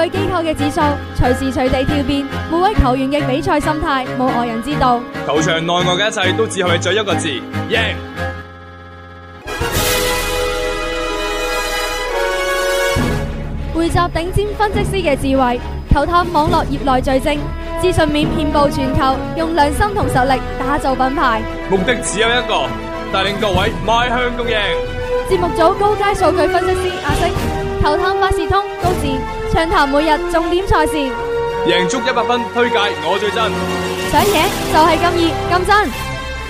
據機構嘅指數，隨時隨地跳變，每位球員嘅比賽心態冇外人知道。 球場內外嘅一切都只係為咗一個字：贏。 匯集頂尖分析師嘅智慧，球探網絡業內最精，資訊面遍佈全球，用良心同實力打造品牌。 目的只有一個，帶領各位邁向共贏。 節目組高階數據分析師阿星，球探百事通高智，暢談每日重點賽事， 贏足100分，推介我最真， 想贏就係咁易咁真。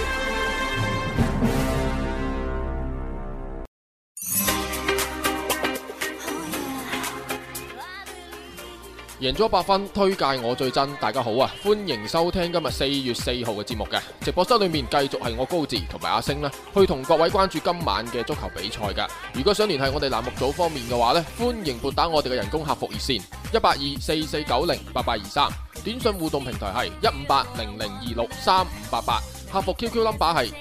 贏足100分，推介我最真。大家好啊，歡迎收聽今日4月4號嘅節目嘅直播室裏面，繼續係我高志同埋阿星啦，去同各位關注今晚嘅足球比賽噶。如果想聯繫我哋欄目組方面嘅話呢，歡迎撥打我哋嘅人工客服熱線18244908823，短信互動平台係15800263588，客服 QQ number 係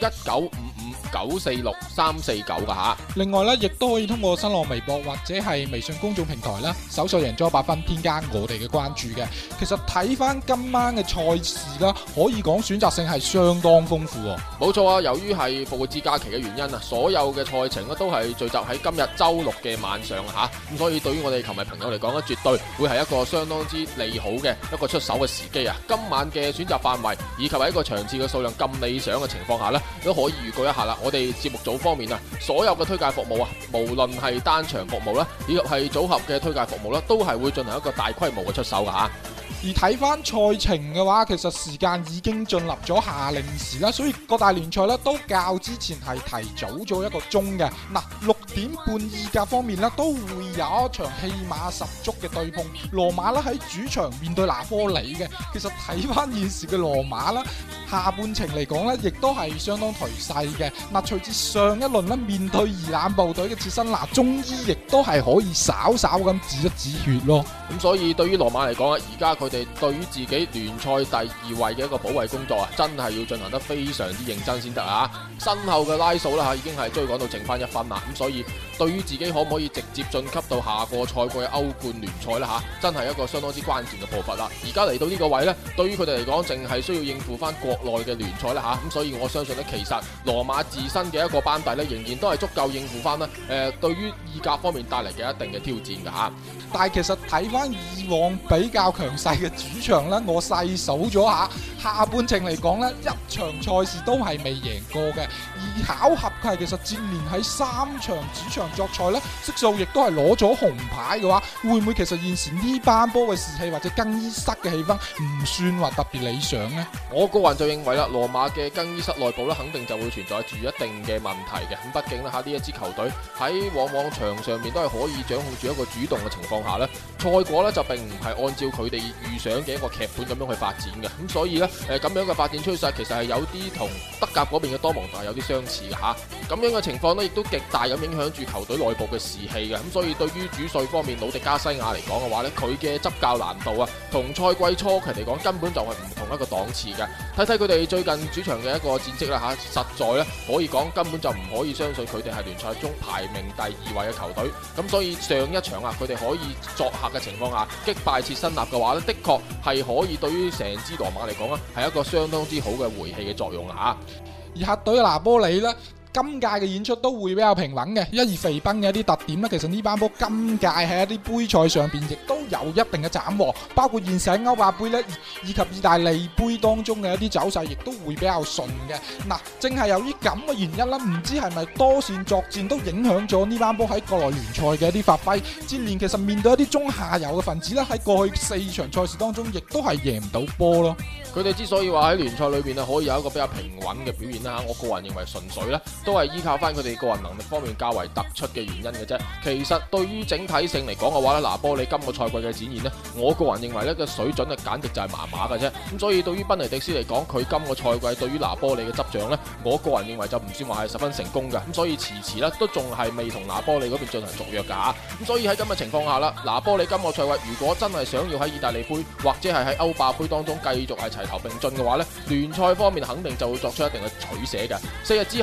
1955946349噶吓。 另外咧，亦都可以通過新浪微博或者係微信公眾平台啦，搜索贏足100分，添加我哋嘅關注嘅。其實睇翻今晚嘅賽事啦，可以講選擇性係相當豐富。 冇錯啊，由於係復活節假期嘅原因啊，所有嘅賽程咧都係聚集喺今日周六嘅晚上吓，咁所以對於我哋球迷朋友嚟講咧，絕對會係一個相當之利好嘅一個出手嘅時機啊！今晚嘅選擇範圍以及係一個場次嘅數量咁理想嘅情況下咧，都可以預告一下啦。我哋節目組方面啊，所有嘅推介服務啊，無論係單場服務啦，以及係組合嘅推介服務啦，都係會進行一個大規模嘅出手噶吓。 而睇翻賽程嘅話，其實時間已經進入咗夏令時啦，所以各大聯賽咧都較之前係提早咗1個鐘嘅。嗱，6點半意甲方面咧都會有一場戲碼十足嘅對碰，羅馬咧喺主場面對拿波里嘅。其實睇翻現時嘅羅馬啦，下半程嚟講咧，亦都係相當頹勢嘅。嗱，隨住上一輪咧面對二冷部隊嘅切身拿，終於亦都係可以稍稍咁止一止血咯。 咁所以對於羅馬嚟講啊，而家佢哋對於自己聯賽第2位嘅一個保衛工作啊，真係要進行得非常之認真先得啊！身後嘅拉數啦吓，已經係追趕到剩翻1分啦。咁所以對於自己可唔可以直接晉級到下個賽季嘅歐冠聯賽啦吓，真係一個相當之關鍵嘅步伐啦。而家嚟到呢個位呢，對於佢哋嚟講，淨係需要應付翻國內嘅聯賽啦吓。咁所以我相信呢，其實羅馬自身嘅一個班底呢，仍然都係足夠應付翻啦。對於意甲方面帶嚟嘅一定嘅挑戰噶吓。 但係其實睇翻以往比較強勢嘅主場咧，我細數咗下半程嚟講咧，一場賽事都係未贏過嘅。而巧合係其實接連喺3場主場作賽咧，悉數亦都係攞咗紅牌嘅話，會唔會其實現時呢班波嘅士氣或者更衣室嘅氣氛唔算話特別理想呢？ 我個人就認為啦，羅馬嘅更衣室內部咧，肯定就會存在住一定嘅問題嘅。咁畢竟咧呢一支球隊喺往往場上面都係可以掌控住一個主動嘅情況下咧，賽果咧就並唔係按照佢哋預想嘅一個劇本咁樣去發展嘅。咁所以咧咁樣嘅發展趨勢其實係有啲同德甲嗰邊嘅多蒙特係有啲相似嘅吓。咁樣嘅情況呢，亦都極大咁影響住球隊內部嘅士氣嘅。咁所以對於主帥方面魯迪加西亞嚟講嘅話呢，佢嘅執教難度啊，同賽季初期嚟講根本就係唔同一個檔次嘅。睇睇佢哋最近主場嘅一個戰績啦吓，實在呢可以講根本就唔可以相信佢哋係聯賽中排名第2位嘅球隊。咁所以上一場啊，佢哋可以作客嘅情況下擊敗切身納嘅話呢，的確係可以對於成支羅馬嚟講啊，係一個相當之好嘅回氣嘅作用啊。 而客隊嘅拿波里呢，今屆嘅演出都會比較平穩嘅，一而肥崩嘅一啲特點呢，其實呢班波今屆喺一啲杯賽上邊亦都有一定嘅斬獲，包括現時喺歐霸杯呢，以及意大利杯當中嘅一啲走勢，亦都會比較順嘅。嗱，正係由於咁嘅原因啦，唔知係咪多線作戰都影響咗呢班波喺國內聯賽嘅一啲發揮。接連其實面對一啲中下游嘅分子咧，喺過去4場賽事當中，亦都係贏唔到波咯。 佢哋之所以話喺聯賽裏邊啊，可以有一個比較平穩嘅表現啦，我個人認為純粹咧都係依靠翻佢哋個人能力方面較為突出嘅原因嘅啫。其實對於整體性嚟講嘅話咧，拿波里今個賽季嘅展現咧，我個人認為咧個水準啊簡直就係麻麻嘅啫。咁所以對於賓尼迪斯嚟講，佢今個賽季對於拿波里嘅執掌咧，我個人認為就唔算話係十分成功嘅。咁所以遲咧都仲係未同拿波里嗰邊進行續約噶。咁所以喺咁嘅情況下啦，拿波里今個賽季如果真係想要喺意大利杯或者係喺歐霸杯當中繼續係齊頭並進嘅話咧，聯賽方面肯定就會作出一定嘅取捨嘅。4日之後咧，佢哋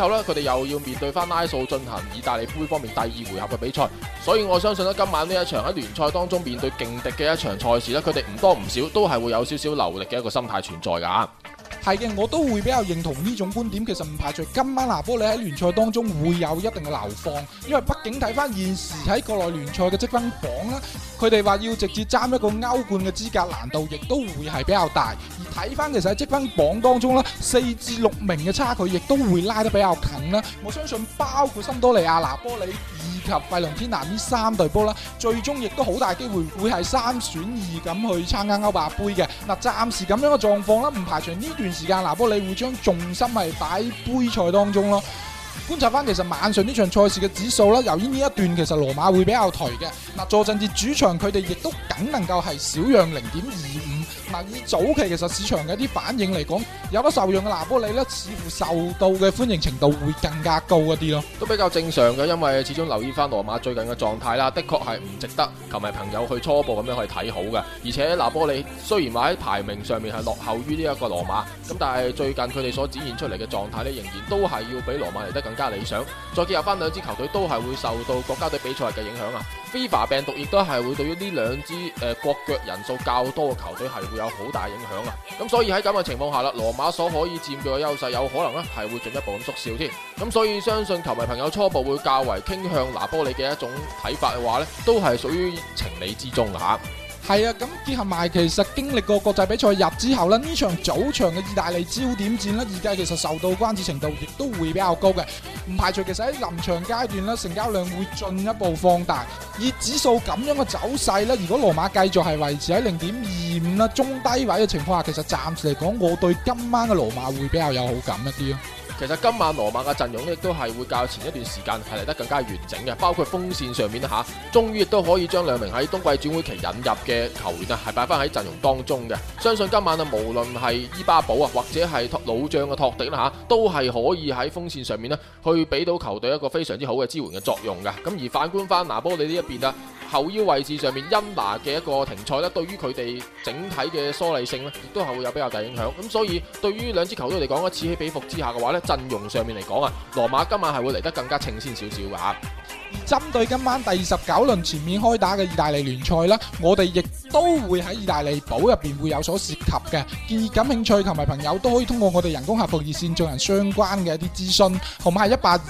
又要面對翻拉素進行意大利杯方面第2回合嘅比賽，所以我相信咧今晚呢一場喺聯賽當中面對勁敵嘅一場賽事咧，佢哋唔多唔少都係會有少少流力嘅一個心態存在㗎。 係嘅，我都會比較認同呢種觀點。其實唔排除今晚拿波里喺聯賽當中會有一定嘅流放，因為畢竟睇翻現時喺國內聯賽嘅積分榜啦，佢哋話要直接爭一個歐冠嘅資格難度亦都會係比較大。而睇翻其實喺積分榜當中啦，4至6名嘅差距亦都會拉得比較近啦。我相信包括森多利亞、拿波里以及費倫天拿呢3隊波啦，最終亦都好大機會會係3選2咁去參加歐霸杯嘅。嗱，暫時咁樣嘅狀況啦，唔排除呢段時間拿波里會將重心係擺喺杯賽當中咯。觀察翻其實晚上呢場賽事嘅指數啦，由於呢一段其實羅馬會比較頹嘅，嗱坐鎮至主場佢哋亦都僅能夠係小讓0.25。嗱以早期其實市場嘅一啲反應嚟講，有得受讓嘅拿波里呢，似乎受到嘅歡迎程度會更加高一啲咯， 都比較正常嘅，因為始終留意翻羅馬最近嘅狀態啦，的確係唔值得球迷朋友去初步咁樣去睇好嘅。而且拿波里雖然話喺排名上面係落後於呢一個羅馬，咁但係最近佢哋所展現出嚟嘅狀態呢，仍然都係要比羅馬嚟得更加理想。再結合翻兩支球隊都係會受到國家隊比賽嘅影響啊。FIFA 病毒亦都係會對於呢兩支國腳人數較多嘅球隊係會有好大影響啊。咁所以喺咁嘅情況下啦，羅馬所可以佔據嘅優勢有可能咧係會進一步咁縮小添。咁所以相信球迷朋友初步會較為傾向拿波里嘅一種睇法嘅話咧，都係屬於情理之中㗎嚇。 係啊，咁結合埋其實經歷過國際比賽日之後呢場早場嘅意大利焦點戰呢，預計其實受到關注程度亦都會比較高嘅，唔排除其實喺臨場階段呢，成交量會進一步放大。以指數咁樣嘅走勢呢，如果羅馬繼續係維持喺0.25啦中低位嘅情況下，其實暫時嚟講，我對今晚嘅羅馬會比較有好感一啲咯。 其實今晚羅馬嘅陣容亦都係會較前一段時間係嚟得更加完整嘅，包括鋒線上面啦嚇，終於亦都可以將2名喺冬季轉會期引入嘅球員啊，係擺翻喺陣容當中嘅。相信今晚啊，無論係伊巴堡啊，或者係老將嘅托迪啦嚇，都係可以喺鋒線上面呢去俾到球隊一個非常之好嘅支援嘅作用嘅。咁而反觀翻拿波里呢一邊啊，後腰位置上面恩拿嘅一個停賽咧，對於佢哋整體嘅疏離性咧，亦都係會有比較大影響。咁所以對於兩支球隊嚟講，此起彼伏之下嘅話咧，陣容上面嚟講啊，羅馬今晚係會嚟得更加稱先少少嘅嚇。 而針對今晚第19輪全面開打嘅意大利聯賽啦，我哋亦都會喺意大利寶入邊會有所涉及嘅。建議感興趣球迷朋友都可以通過我哋人工客服熱線進行相關嘅一啲諮詢，號碼係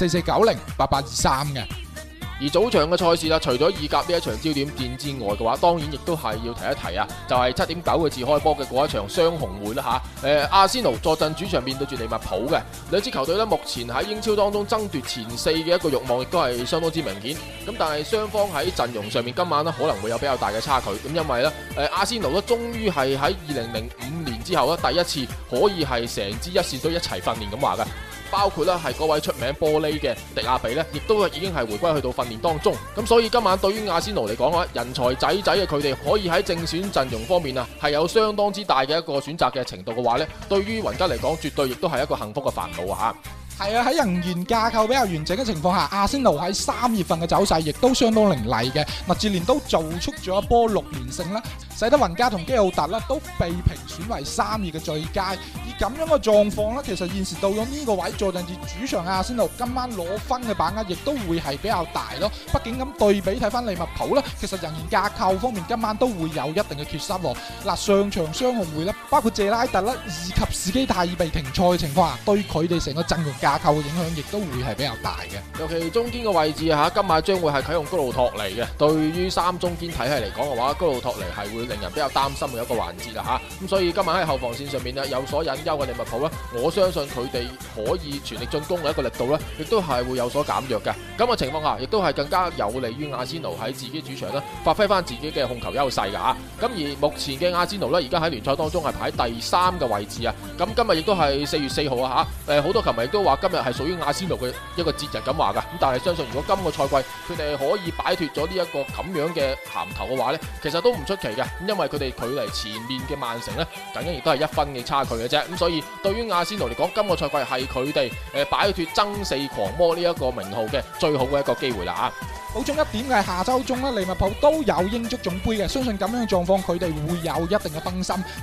18244908823嘅。 而早場嘅賽事啦，除咗意甲呢一場焦點戰之外嘅話，當然亦都係要提一提啊，就係7點9個字開波嘅嗰一場雙紅會啦嚇。阿仙奴坐鎮主場面對住利物浦嘅兩支球隊呢，目前喺英超當中爭奪前4嘅一個慾望亦都係相當之明顯。咁但係雙方喺陣容上面今晚呢可能會有比較大嘅差距。咁因為呢，阿仙奴呢終於係喺2005年之後呢第一次可以係成支一線隊一齊訓練咁話嘅。包括啦係嗰位出名玻璃嘅迪亞比呢，亦都已經係回歸去到訓練當中。咁所以今晚對於阿仙奴嚟講啊，人才仔嘅佢哋可以喺正選陣容方面啊，係有相當之大嘅一個選擇嘅程度嘅話呢，對於雲加嚟講，絕對亦都係一個幸福嘅煩惱啊！ 係啊，喺人員架構比較完整嘅情況下，阿仙奴喺3月份嘅走勢亦都相當凌厲嘅。麥哲連都做出咗一波6連勝啦，使得雲加同基奧特啦都被評選為3月嘅最佳。以咁樣嘅狀況啦，其實現時到咗呢個位坐陣至主場嘅阿仙奴，今晚攞分嘅把握亦都會係比較大咯。畢竟咁對比睇翻利物浦啦，其實人員架構方面今晚都會有一定嘅缺失。嗱，上場雙紅會啦，包括謝拉特啦以及史基泰爾被停賽嘅情況下，對佢哋成個陣容架構嘅影響亦都會係比較大嘅。 尤其中堅嘅位置嚇，今晚將會係啟用高路托尼嘅。對於3中堅體系嚟講嘅話，高路托尼係會令人比較擔心嘅一個環節啦嚇。咁所以今晚喺後防線上面有所隱憂嘅利物浦咧，我相信佢哋可以全力進攻嘅一個力度咧，亦都係會有所減弱嘅。咁嘅情況下，亦都係更加有利於阿仙奴喺自己主場咧發揮翻自己嘅控球優勢㗎嚇。咁而目前嘅阿仙奴咧，而家喺聯賽當中係排喺第3嘅位置啊。咁今日亦都係4月4號啊嚇。好多球迷亦都話今日係屬於阿仙奴嘅一個節日咁話㗎。咁但係相信如果今個賽季佢哋可以擺脫咗呢一個咁樣嘅銜頭嘅話咧，其實都唔出奇嘅。因為佢哋距離前面嘅曼城咧，僅僅亦都係1分嘅差距嘅啫。咁所以對於阿仙奴嚟講，今個賽季係佢哋擺脫爭四狂魔呢一個名號嘅最好嘅一個機會啦嚇。 補充一點嘅係下週中咧，利物浦都有英足總杯嘅，相信咁樣嘅狀況佢哋會有一定嘅分心。畢竟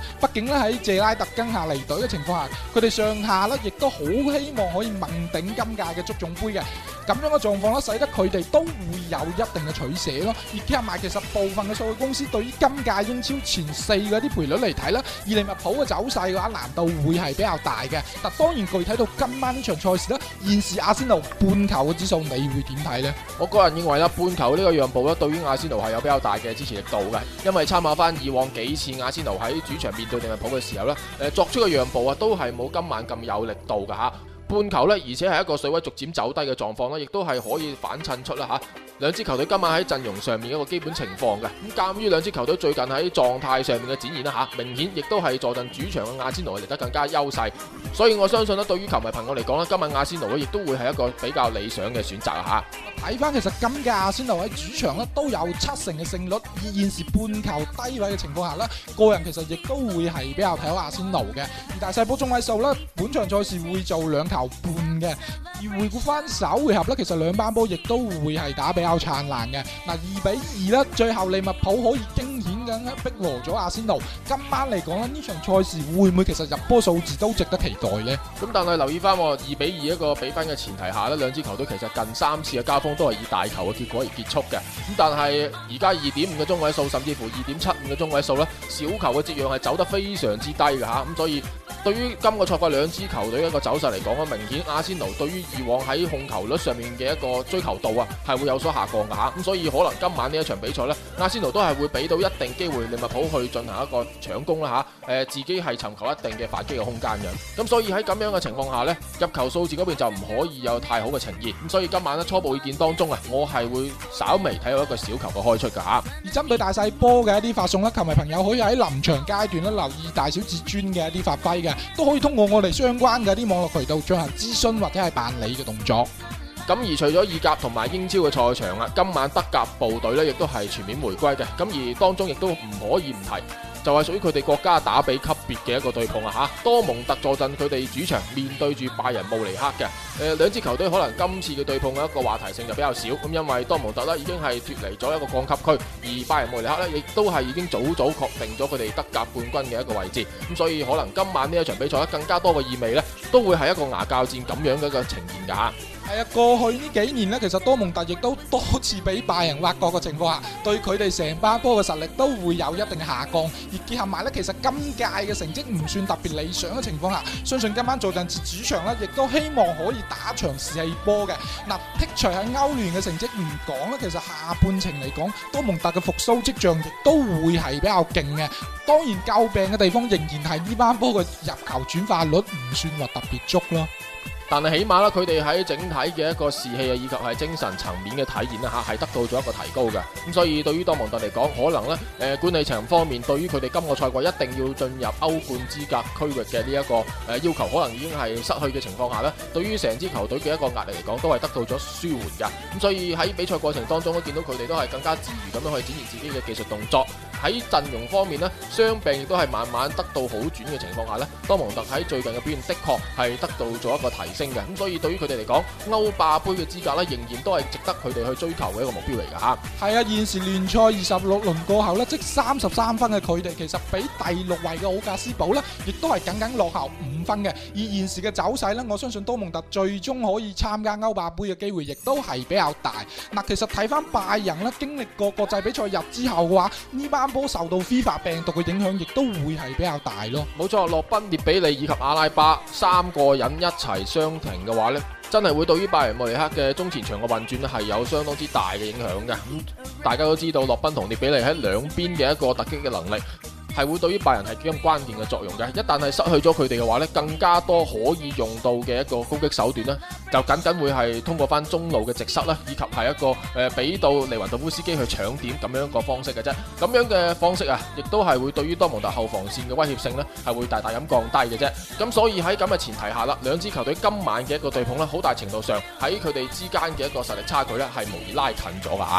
咧喺謝拉特跟下離隊嘅情況下，佢哋上下咧亦都好希望可以問鼎今屆嘅足總杯嘅。咁樣嘅狀況咧，使得佢哋都會有一定嘅取捨咯。而加埋其實部分嘅數據公司對於今屆英超前4嗰啲賠率嚟睇咧，而利物浦嘅走勢嘅話，難度會係比較大嘅。但當然具體到今晚呢場賽事咧，現時阿仙奴半球嘅指數，你會點睇呢？ 我個人認為啦，半球呢個讓步咧，對於阿仙奴係有比較大嘅支持力度嘅，因為參考翻以往幾次阿仙奴喺主場面對利物浦嘅時候咧，作出嘅讓步啊，都係冇今晚咁有力度㗎嚇。半球呢，而且係一個水位逐漸走低嘅狀況呢，亦都係可以反襯出啦嚇。兩支球隊今晚喺陣容上面一個基本情況嘅，咁鑑於兩支球隊最近喺狀態上面嘅展現啦嚇，明顯亦都係坐鎮主場嘅阿仙奴嚟得更加優勢，所以我相信咧，對於球迷朋友嚟講咧，今晚阿仙奴咧亦都會係一個比較理想嘅選擇啊嚇。 睇翻其實今屆阿仙奴喺主場咧都有7成嘅勝率，而現時半球低位嘅情況下咧，個人其實亦都會係比較睇好阿仙奴嘅。而大細波中位數咧，本場賽事會做2球半嘅。而回顧翻首回合咧，其實兩班波亦都會係打比較燦爛嘅。嗱，2-2咧，最後利物浦可以驚險咁逼和咗阿仙奴。今晚嚟講咧，呢場賽事會唔會其實入波數字都值得期待呢？ 咁但係留意翻2-2一個比分嘅前提下咧，兩支球隊其實近3次嘅交鋒都係以大球嘅結果而結束嘅。咁但係而家2.5嘅中位數，甚至乎2.75嘅中位數咧，小球嘅折讓係走得非常之低嘅嚇。咁所以對於今個賽季兩支球隊一個走勢嚟講咧，明顯阿仙奴對於以往喺控球率上面嘅一個追求度啊，係會有所下降嘅嚇。咁所以可能今晚呢一場比賽咧，阿仙奴都係會俾到一定機會利物浦去進行一個搶攻啦嚇。自己係尋求一定嘅反擊嘅空間嘅。咁所以喺咁樣嘅情況下咧，入球數字嗰邊就唔可以有太好嘅呈現。咁所以今晚咧，初步意見當中啊，我係會稍微睇到一個小球嘅開出嘅嚇。 而針對大細波嘅一啲發送咧，球迷朋友可以喺臨場階段咧留意大小至尊嘅一啲發揮嘅，都可以通過我哋相關嘅一啲網絡渠道進行諮詢或者係辦理嘅動作。 咁而除咗意甲同埋英超嘅賽場啊，今晚德甲部隊咧亦都係全面回歸嘅。咁而當中亦都唔可以唔提，就係屬於佢哋國家打比級別嘅一個對碰啊嚇。多蒙特坐鎮佢哋主場面對住拜仁慕尼黑嘅，兩支球隊可能今次嘅對碰嘅一個話題性就比較少。咁因為多蒙特咧已經係脫離咗一個降級區，而拜仁慕尼黑咧亦都係已經早早確定咗佢哋德甲冠軍嘅一個位置。咁所以可能今晚呢一場比賽咧更加多嘅意味咧，都會係一個牙較戰咁樣嘅一個呈現㗎。 係啊，過去呢幾年呢，其實多蒙特亦都多次俾拜仁挖角嘅情況下，對佢哋成班波嘅實力都會有一定下降。而結合埋呢，其實今屆嘅成績唔算特別理想嘅情況下，相信今晚做陣至主場呢，亦都希望可以打場士氣波嘅。嗱，剔除喺歐聯嘅成績唔講呢，其實下半程嚟講，多蒙特嘅復甦跡象亦都會係比較勁嘅。當然，詬病嘅地方仍然係呢班波嘅入球轉化率唔算話特別足咯。 但係起碼啦，佢哋喺整體嘅一個士氣啊，以及係精神層面嘅體現啦嚇，係得到咗一個提高嘅。咁所以對於多蒙特嚟講，可能咧管理層方面對於佢哋今個賽季一定要進入歐冠資格區域嘅呢一個要求，可能已經係失去嘅情況下咧，對於成支球隊嘅一個壓力嚟講，都係得到咗舒緩㗎。咁所以喺比賽過程當中，都見到佢哋都係更加自如咁樣去展現自己嘅技術動作。喺陣容方面呢，傷病亦都係慢慢得到好轉嘅情況下呢，多蒙特喺最近嘅表現的確係得到咗一個提升嘅。咁所以對於佢哋嚟講，歐霸杯嘅資格呢，仍然都係值得佢哋去追求嘅一個目標嚟㗎嚇。 係啊，現時聯賽26輪過後呢，即33分嘅佢哋，其實比第6位嘅奧格斯堡呢，亦都係僅僅落後5分嘅。而現時嘅走勢呢，我相信多蒙特最終可以參加歐霸杯嘅機會，亦都係比較大。嗱，其實睇翻拜仁呢，經歷過國際比賽日之後嘅話，呢班波受到 FIFA 病毒嘅影響，亦都會係比較大咯。 冇錯，洛賓、列比利以及阿拉巴3個人一齊傷停嘅話呢，真係會對於拜仁慕尼黑嘅中前場嘅運轉係有相當之大嘅影響嘅。大家都知道洛賓同列比利喺兩邊嘅一個突擊嘅能力，係會對於拜仁係幾咁關鍵嘅作用嘅。一旦係失去咗佢哋嘅話呢，更加多可以用到嘅一個攻擊手段呢，就僅僅會係通過翻中路嘅直塞啦，以及係一個俾到利雲道夫斯基去搶點咁樣一個方式嘅啫。咁樣嘅方式啊，亦都係會對於多蒙特後防線嘅威脅性呢，係會大大咁降低嘅啫。咁所以喺咁嘅前提下啦，兩支球隊今晚嘅一個對碰呢，好大程度上喺佢哋之間嘅一個實力差距呢，係無疑拉近咗噶嚇。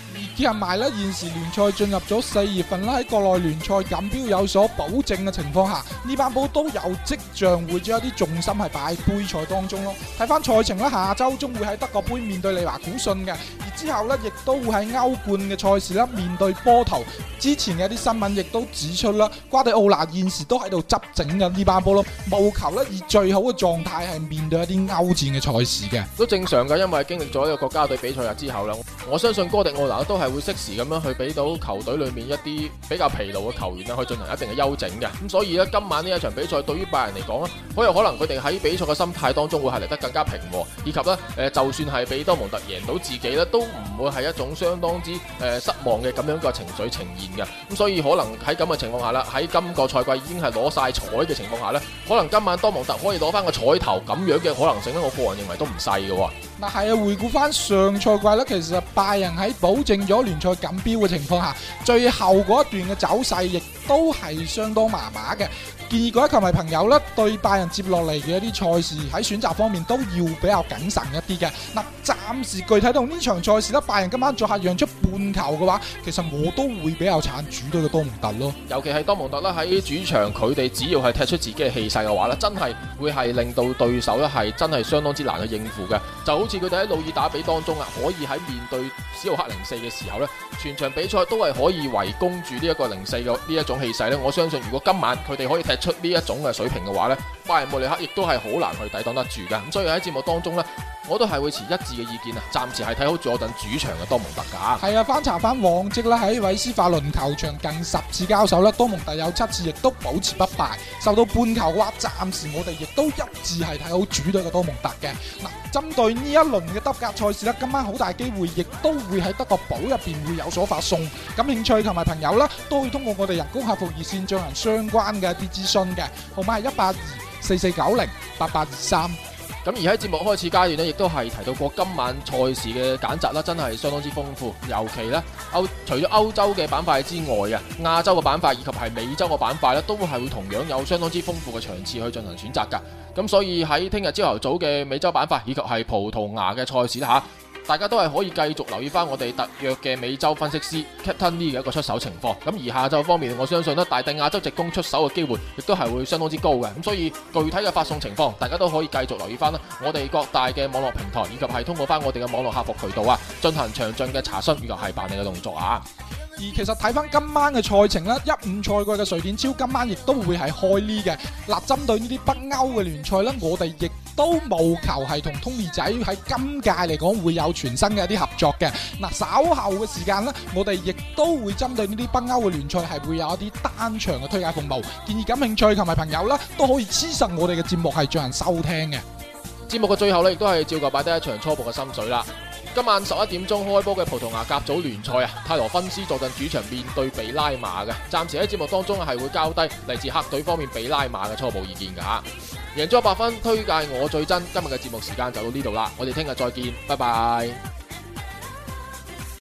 結合埋咧現時聯賽進入咗4月份啦，喺國內聯賽錦標有所保證嘅情況下，呢班波都有跡象會將一啲重心係擺喺杯賽當中咯。睇翻賽程啦，下周中會喺德國杯面對利華古遜嘅，而之後咧亦都會喺歐冠嘅賽事啦面對波圖。之前嘅一啲新聞亦都指出啦，瓜迪奧拿現時都喺度執整緊呢班波咯，務求咧以最好嘅狀態係面對一啲歐戰嘅賽事嘅， 都正常嘅，因為經歷咗一個國家隊比賽日之後啦，我相信哥迪奧拿都係會適時咁樣去俾到球隊裏面一啲比較疲勞嘅球員去進行一定嘅休整嘅。咁所以咧，今晚呢一場比賽對於拜仁嚟講咧，好有可能佢哋喺比賽嘅心態當中會係嚟得更加平和，以及咧就算係俾多蒙特贏到自己咧，都唔會係一種相當之失望嘅咁樣嘅情緒呈現嘅。咁所以可能喺咁嘅情況下啦，喺今個賽季已經係攞晒彩嘅情況下咧，可能今晚多蒙特可以攞翻個彩頭咁樣嘅可能性咧，我個人認為都唔細嘅。 嗱係啊，回顧翻上賽季咧，其實拜仁喺保證咗聯賽錦標嘅情況下，最後嗰一段嘅走勢亦都係相當麻麻嘅。建議各位球迷朋友咧，對拜仁接落嚟嘅一啲賽事喺選擇方面都要比較謹慎一啲嘅。嗱，暫時具體到呢場賽事咧，拜仁今晚作客讓出半球嘅話，其實我都會比較撐主隊嘅多蒙特咯。 尤其係多蒙特啦，喺主場佢哋只要係踢出自己嘅氣勢嘅話咧，真係會係令到對手咧係真係相當之難去應付嘅。就好似佢哋喺魯爾打比當中啊，可以喺面對史浩克04嘅時候咧，全場比賽都係可以圍攻住呢一個04嘅呢一種氣勢咧。我相信如果今晚佢哋可以踢出呢一種嘅水平嘅話咧，拜仁慕尼黑亦都係好難去抵擋得住嘅。咁所以喺節目當中咧，我都係會持一致嘅意見啊！暫時係睇好坐鎮主場嘅多蒙特㗎。係啊，翻查翻往績啦，喺韋斯法倫球場近10次交手啦，多蒙特有7次亦都保持不敗。受到半球嘅話，暫時我哋亦都一致係睇好主隊嘅多蒙特嘅。嗱，針對呢一輪嘅德甲賽事咧，今晚好大機會亦都會喺德國寶入邊會有所發送。感興趣同埋朋友啦，都會通過我哋人工客服熱線進行相關嘅一啲諮詢嘅，號碼係18244908823。 咁而喺節目開始階段呢，亦都係提到過今晚賽事嘅揀擇啦，真係相當之豐富。尤其呢，除咗歐洲嘅板塊之外啊，亞洲嘅板塊以及係美洲嘅板塊呢，都係會同樣有相當之豐富嘅場次去進行選擇㗎。咁所以喺聽日朝頭早嘅美洲板塊以及係葡萄牙嘅賽事啦，大家都係可以繼續留意翻我哋特約嘅美洲分析師 Captain Lee 嘅一個出手情況。咁而下晝方面，我相信咧大帝亞洲直攻出手嘅機會亦都係會相當之高嘅。咁所以具體嘅發送情況，大家都可以繼續留意翻啦。我哋各大嘅網絡平台以及係通過翻我哋嘅網絡客服渠道啊，進行詳盡嘅查詢以及係辦理嘅動作啊。 而其實睇翻今晚嘅賽程咧，15賽季嘅瑞典超今晚亦都會係開呢嘅。嗱，針對呢啲北歐嘅聯賽咧，我哋亦都務求係同 Tony 仔喺今屆嚟講會有全新嘅一啲合作嘅。嗱，稍後嘅時間咧，我哋亦都會針對呢啲北歐嘅聯賽係會有一啲單場嘅推介服務，建議感興趣同埋朋友啦都可以黐實我哋嘅節目係進行收聽嘅。 節目嘅最後咧，亦都係照舊擺低一場初步嘅心水啦。今晚11點鐘開波嘅葡萄牙甲組聯賽啊，泰羅芬斯坐鎮主場面對比拉馬嘅。暫時喺節目當中係會交低嚟自客隊方面比拉馬嘅初步意見噶吓。贏咗100分，推介我最真。今日嘅節目時間就到呢度啦，我哋聽日再見，拜拜。